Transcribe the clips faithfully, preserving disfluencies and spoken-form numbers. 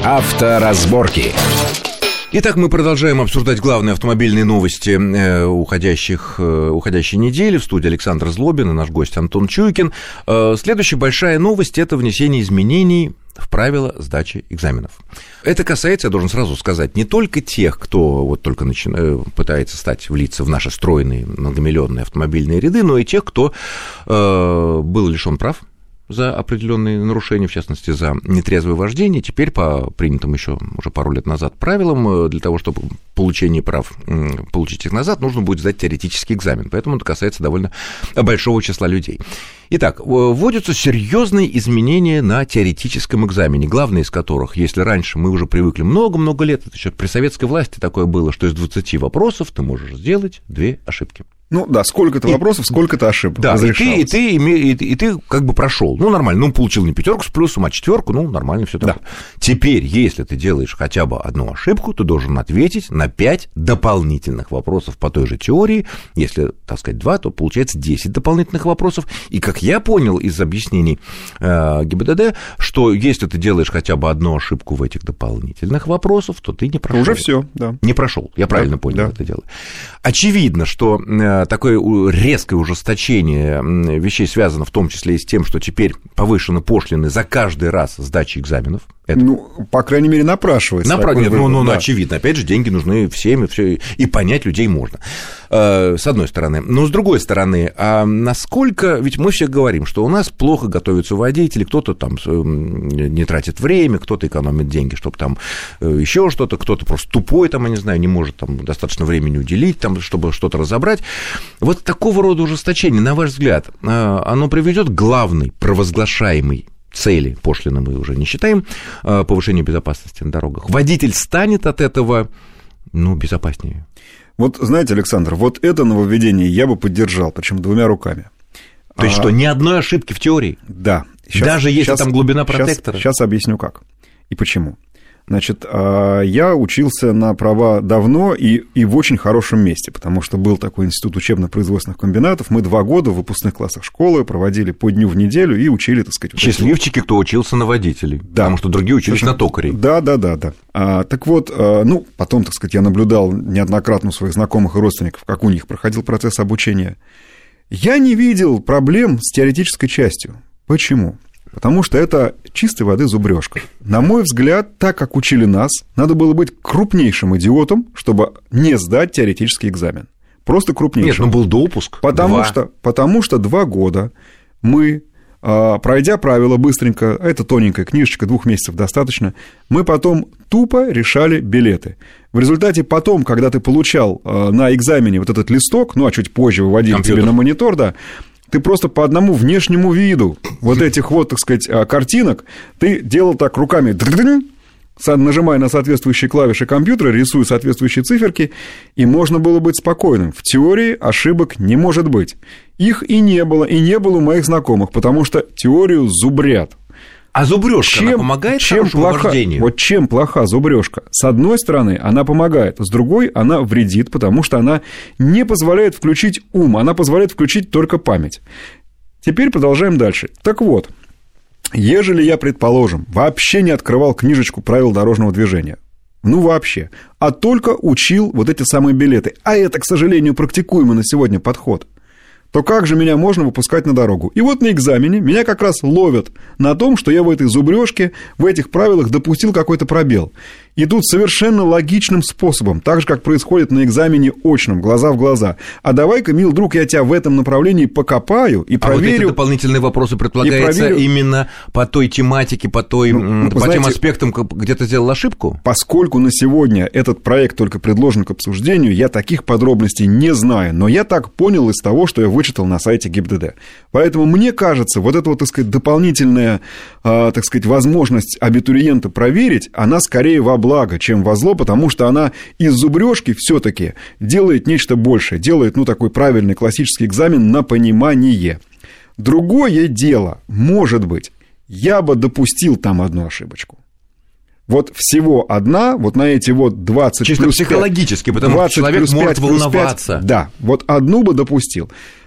Авторазборки. Итак, мы продолжаем обсуждать главные автомобильные новости э, уходящих, э, уходящей недели. В студии Александр Злобин и наш гость Антон Чуйкин. Э, следующая большая новость – это внесение изменений в правила сдачи экзаменов. Это касается, я должен сразу сказать, не только тех, кто вот только начи... пытается стать, влиться в наши стройные многомиллионные автомобильные ряды, но и тех, кто э, был лишен прав за определенные нарушения, в частности, за нетрезвое вождение. Теперь по принятым еще уже пару лет назад правилам, для того, чтобы получение прав, получить их назад, нужно будет сдать теоретический экзамен. Поэтому это касается довольно большого числа людей. Итак, вводятся серьезные изменения на теоретическом экзамене, главное из которых, если раньше мы уже привыкли много-много лет, это еще при советской власти такое было, что из двадцати вопросов ты можешь сделать две ошибки. Ну да, сколько-то и, вопросов, сколько-то ошибок. Да, и ты, и, ты, и, ты, и ты как бы прошел. Ну, нормально. Ну, получил не пятерку с плюсом, а четверку, ну, нормально все такое. Да. Теперь, если ты делаешь хотя бы одну ошибку, ты должен ответить на пять дополнительных вопросов по той же теории. Если, так сказать, два, то получается десять дополнительных вопросов. И как я понял из объяснений э, ГИБДД, что если ты делаешь хотя бы одну ошибку в этих дополнительных вопросах, то ты не прошел. Уже все, да. Не прошел. Я правильно да, понял да. это дело. Очевидно, что такое резкое ужесточение вещей связано в том числе и с тем, что теперь повышены пошлины за каждый раз сдачи экзаменов. Это... Ну, по крайней мере, напрашивается. Напра... Нет, ну, ну, да. очевидно. Опять же, деньги нужны всем, и, все, и понять людей можно. С одной стороны. Но с другой стороны, а насколько... Ведь мы все говорим, что у нас плохо готовятся водители, кто-то там не тратит время, кто-то экономит деньги, чтобы там еще что-то, кто-то просто тупой, там, я не знаю, не может там достаточно времени уделить, там, чтобы что-то разобрать. Вот такого рода ужесточение, на ваш взгляд, оно приведет к главной провозглашаемой цели, пошлины мы уже не считаем, повышение безопасности на дорогах. Водитель станет от этого, ну, безопаснее. Вот, знаете, Александр, вот это нововведение я бы поддержал, причем двумя руками. То есть а... что, ни одной ошибки в теории? Да. Сейчас, Даже если сейчас, там глубина протектора? Сейчас, сейчас объясню как и почему. Значит, я учился на права давно и, и в очень хорошем месте, потому что был такой институт учебно-производственных комбинатов. Мы два года в выпускных классах школы проводили по дню в неделю и учили, так сказать... Счастливчики, кто учился на водителей, да. Потому что другие учились Совершенно... на токарей. Да, да, да, да. А, так вот, ну, потом, так сказать, я наблюдал неоднократно у своих знакомых и родственников, как у них проходил процесс обучения. Я не видел проблем с теоретической частью. Почему? Потому что это чистой воды зубрёжка. На мой взгляд, так как учили нас, надо было быть крупнейшим идиотом, чтобы не сдать теоретический экзамен. Просто крупнейшим. Нет, ну был допуск. Потому что, потому что два года мы, пройдя правила быстренько, это тоненькая книжечка, двух месяцев достаточно, мы потом тупо решали билеты. В результате потом, когда ты получал на экзамене вот этот листок, ну, а чуть позже выводили тебе на монитор, да, ты просто по одному внешнему виду вот этих вот, так сказать, картинок, ты делал так руками, нажимая на соответствующие клавиши компьютера, рисуя соответствующие циферки, и можно было быть спокойным. В теории ошибок не может быть. Их и не было, и не было у моих знакомых, потому что теорию зубрят. А зубрёжка, чем, она помогает чем хорошему плоха, вождению? Вот чем плоха зубрёжка? С одной стороны, она помогает, с другой она вредит, потому что она не позволяет включить ум, она позволяет включить только память. Теперь продолжаем дальше. Так вот, ежели я, предположим, вообще не открывал книжечку правил дорожного движения, ну вообще, а только учил вот эти самые билеты, а это, к сожалению, практикуемый на сегодня подход, то как же меня можно выпускать на дорогу? И вот на экзамене меня как раз ловят на том, что я в этой зубрёжке, в этих правилах допустил какой-то пробел. И тут совершенно логичным способом, так же, как происходит на экзамене очном, глаза в глаза. А давай-ка, мил друг, я тебя в этом направлении покопаю и проверю. А вот эти дополнительные вопросы предполагается именно по той тематике, по, той, ну, по знаете, тем аспектам, где ты сделал ошибку? Поскольку на сегодня этот проект только предложен к обсуждению, я таких подробностей не знаю, но я так понял из того, что я вычитал на сайте ГИБДД. Поэтому мне кажется, вот эта вот, так сказать, дополнительная, так сказать, возможность абитуриента проверить, она скорее во благо, чем во зло, потому что она из зубрёжки все-таки делает нечто большее, делает, ну, такой правильный классический экзамен на понимание. Другое дело, может быть, я бы допустил там одну ошибочку. Вот всего одна, вот на эти вот двадцать чисто плюс психологически, пять, потому что человек может волноваться. пять, да, вот одну бы допустил.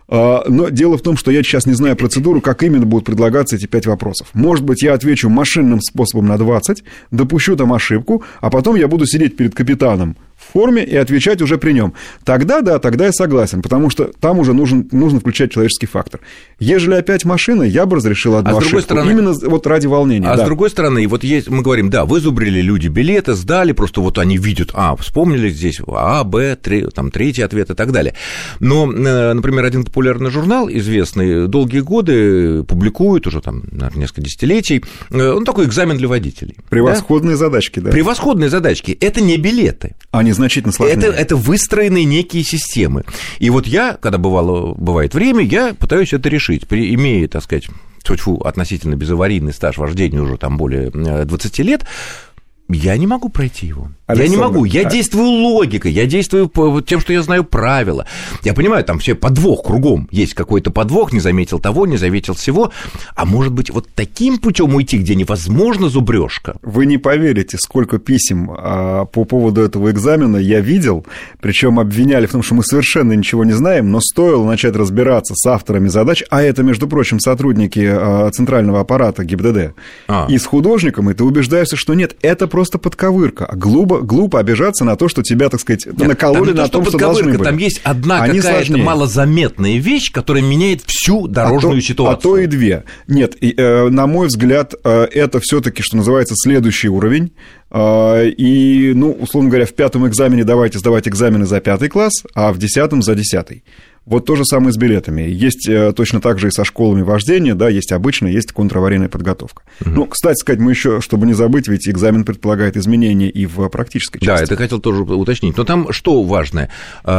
Но дело в том, что я сейчас не знаю процедуру, как именно будут предлагаться эти пять вопросов. Может быть, я отвечу машинным способом на двадцать, допущу там ошибку, а потом я буду сидеть перед капитаном в форме и отвечать уже при нем. Тогда, да, тогда я согласен, потому что там уже нужен, нужно включать человеческий фактор. Ежели опять машина, я бы разрешил одну а ошибку, стороны, именно вот ради волнения. А да. с другой стороны, вот есть, мы говорим, да, вызубрили люди билеты, сдали, просто вот они видят, а, вспомнили здесь А, Б, три, там, третий ответ и так далее. Но, например, один популярный журнал, известный, долгие годы публикует, уже там, наверное, несколько десятилетий, он такой экзамен для водителей. Превосходные да? задачки, да. Превосходные задачки. Это не билеты. Они значительно сложнее. Это, это выстроенные некие системы. И вот я, когда бывало, бывает время, я пытаюсь это решить, при, имея, так сказать, тьфу-тьфу, относительно безаварийный стаж вождения уже там более двадцати лет, я не могу пройти его. Александр, я не могу. Я а... действую логикой, я действую тем, что я знаю правила. Я понимаю, там все подвох кругом. Есть какой-то подвох, не заметил того, не заметил всего. А может быть, вот таким путем уйти, где невозможно зубрежка? Вы не поверите, сколько писем а, по поводу этого экзамена я видел. Причем обвиняли в том, что мы совершенно ничего не знаем, но стоило начать разбираться с авторами задач, а это, между прочим, сотрудники а, центрального аппарата ГИБДД, а. и с художником, и ты убеждаешься, что нет, это просто подковырка. А глупо, глупо обижаться на то, что тебя, так сказать, нет, накололи на том, что должны были. Там есть одна Они какая-то сложнее. малозаметная вещь, которая меняет всю дорожную а ситуацию. То, а то и две. Нет, и, э, на мой взгляд, э, это все-таки, что называется, следующий уровень. Э, и, ну, условно говоря, в пятом экзамене давайте сдавать экзамены за пятый класс, а в десятом за десятый. Вот то же самое с билетами. Есть точно так же и со школами вождения, да, есть обычная, есть контраварийная подготовка. Угу. Ну, кстати сказать, мы еще, чтобы не забыть, ведь экзамен предполагает изменения и в практической части. Да, это хотел тоже уточнить. Но там что важное?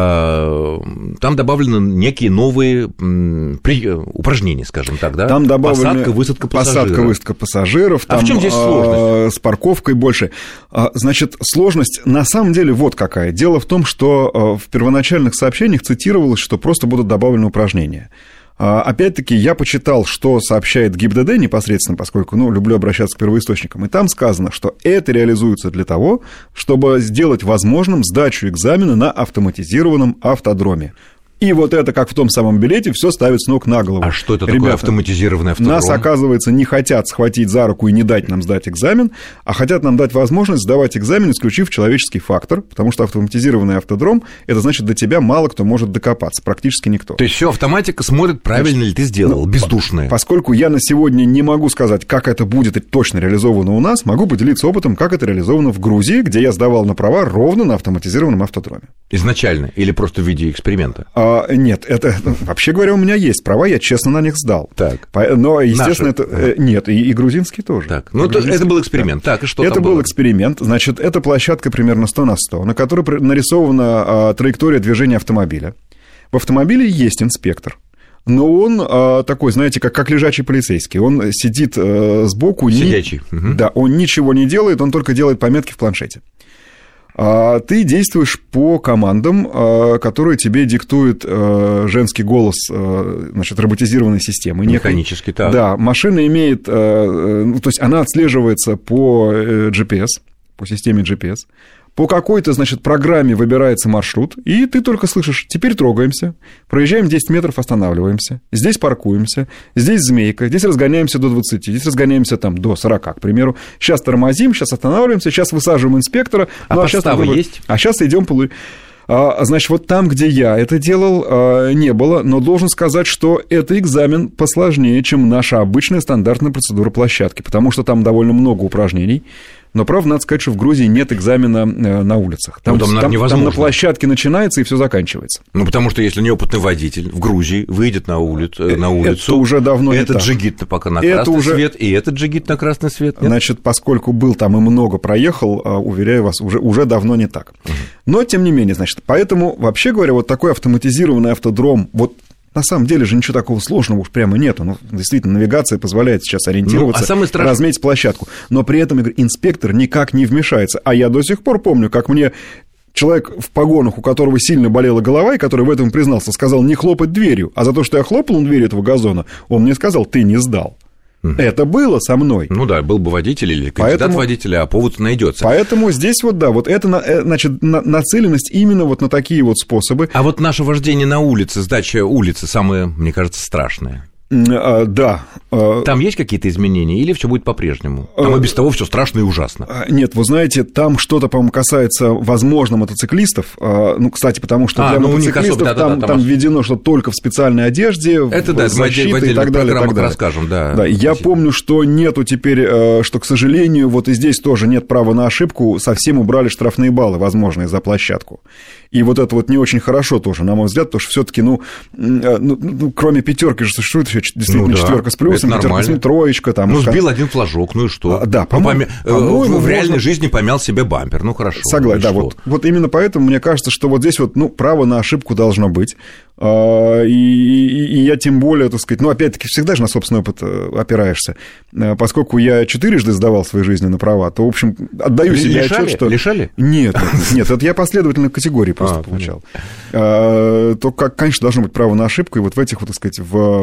Там добавлены некие новые упражнения, скажем так, да? Там добавлены посадка, высадка пассажиров. Посадка, высадка пассажиров. А там, в чем здесь сложность? С парковкой больше. Значит, сложность на самом деле вот какая. Дело в том, что в первоначальных сообщениях цитировалось, что просто будут добавлены упражнения. Опять-таки, я почитал, что сообщает ГИБДД непосредственно, поскольку, ну, люблю обращаться к первоисточникам, и там сказано, что это реализуется для того, чтобы сделать возможным сдачу экзамена на автоматизированном автодроме. И вот это, как в том самом билете, все ставит с ног на голову. А что это Ребята, такое автоматизированный автодром? Нас, оказывается, не хотят схватить за руку и не дать нам сдать экзамен, а хотят нам дать возможность сдавать экзамен, исключив человеческий фактор, потому что автоматизированный автодром, это значит, до тебя мало кто может докопаться, практически никто. То есть все автоматика смотрит, правильно значит, ли ты сделал, ну, бездушная. Поскольку я на сегодня не могу сказать, как это будет точно реализовано у нас, могу поделиться опытом, как это реализовано в Грузии, где я сдавал на права ровно на автоматизированном автодроме. Изначально или просто в виде эксперимента? А, нет, это, вообще говоря, у меня есть права, я честно на них сдал. Так. Но, естественно, Наши. это... Нет, и, и грузинские тоже. Так, ну, это, это был эксперимент. Да. Так, и что это там был было? эксперимент, значит, это площадка примерно сто на сто, на которой нарисована а, траектория движения автомобиля. В автомобиле есть инспектор. Но он а, такой, знаете, как, как лежачий полицейский. Он сидит а, сбоку. Сидячий. Не, угу. Да, он ничего не делает, он только делает пометки в планшете. Ты действуешь по командам, которые тебе диктует женский голос, значит, роботизированной системы. Механически, так. Да, машина имеет, ну, то есть она отслеживается по джи пи эс, по системе джи пи эс. По какой-то, значит, программе выбирается маршрут, и ты только слышишь: теперь трогаемся, проезжаем десять метров, останавливаемся, здесь паркуемся, здесь змейка, здесь разгоняемся до двадцати, здесь разгоняемся там до сорока, к примеру. Сейчас тормозим, сейчас останавливаемся, сейчас высаживаем инспектора. А ну, подставы а есть? А сейчас идем по... Значит, вот там, где я это делал, не было, но должен сказать, что это экзамен посложнее, чем наша обычная стандартная процедура площадки, потому что там довольно много упражнений. Но, правда, надо сказать, что в Грузии нет экзамена на улицах. Там, ну, там, там, там на площадке начинается и все заканчивается. Ну, потому что если неопытный водитель в Грузии выйдет на улицу, на улицу это уже давно не этот так. джигит пока на красный уже... свет, и этот джигит на красный свет. Нет? Значит, поскольку был там и много проехал, уверяю вас, уже, уже давно не так. Угу. Но, тем не менее, значит, поэтому, вообще говоря, вот такой автоматизированный автодром, вот на самом деле же ничего такого сложного уж прямо нету. Ну, действительно, навигация позволяет сейчас ориентироваться, ну, а страшное... разметить площадку. Но при этом, я говорю, инспектор никак не вмешается. А я до сих пор помню, как мне человек в погонах, у которого сильно болела голова, и который в этом признался, сказал не хлопать дверью. А за то, что я хлопал дверью этого газона, он мне сказал: ты не сдал. Это было со мной. Ну да, был бы водитель или кандидат Поэтому... водителя, а повод найдется. Поэтому здесь вот, да, вот это, значит, нацеленность именно вот на такие вот способы. А вот наше вождение на улице, сдача улицы, самое, мне кажется, страшное. А, да. Там есть какие-то изменения или все будет по-прежнему? Там и без того все страшно и ужасно. Нет, вы знаете, там что-то, по-моему, касается, возможно, мотоциклистов. Ну, кстати, потому что а, для ну, мотоциклистов особо, да, там, да, да, там введено, что только в специальной одежде, это, в да, защите в и так далее. Так далее. Расскажем, да. Да, я помню, что нету теперь, что, к сожалению, вот и здесь тоже нет права на ошибку, совсем убрали штрафные баллы, возможные, за площадку. И вот это вот не очень хорошо тоже, на мой взгляд, потому что все-таки, ну, ну, ну, кроме пятерки же существует еще действительно ну, да. четверка с плюсом, пятерка с троечка. Там, ну, сбил один флажок, ну и что? А, да, ну, по-моему, по-моему, в реальной можно... жизни помял себе бампер, ну хорошо. Согласен, да, вот, вот именно поэтому мне кажется, что вот здесь вот, ну, право на ошибку должно быть. И, и, и я тем более, так сказать, ну, опять-таки, всегда же на собственный опыт опираешься. Поскольку я четырежды сдавал в своей жизни на права, то, в общем, отдаю себе лишали? отчет, что... Лишали? Нет, нет, нет, это я последовательно категории просто а, получал. А, то, как, конечно, должно быть право на ошибку, и вот в этих, вот, так сказать,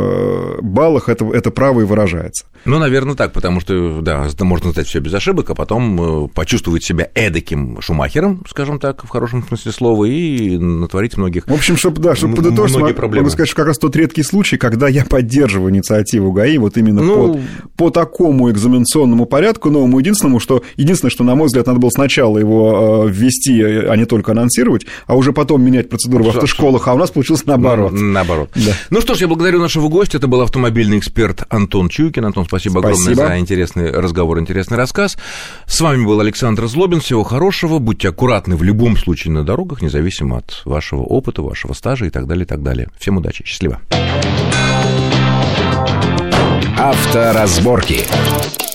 в баллах это, это право и выражается. Ну, наверное, так, потому что, да, можно сдать все без ошибок, а потом почувствовать себя эдаким Шумахером, скажем так, в хорошем смысле слова, и натворить многих... В общем, чтобы, да, чтобы подытожить, могу сказать, что как раз тот редкий случай, когда я поддерживаю инициативу ГАИ вот именно ну... по, по такому экзаменационному порядку новому, единственному, что, единственное, что, на мой взгляд, надо было сначала его ввести, а не только анонсировать, а уже потом менять процедуру в автошколах, а у нас получилось наоборот. Наоборот. Да. Ну что ж, я благодарю нашего гостя, это был автомобильный эксперт Антон Чуйкин. Антон, спасибо, спасибо огромное за интересный разговор, интересный рассказ. С вами был Александр Злобин, всего хорошего, будьте аккуратны в любом случае на дорогах, независимо от вашего опыта, вашего стажа и так далее, и так далее. Всем удачи, счастливо. Авторазборки.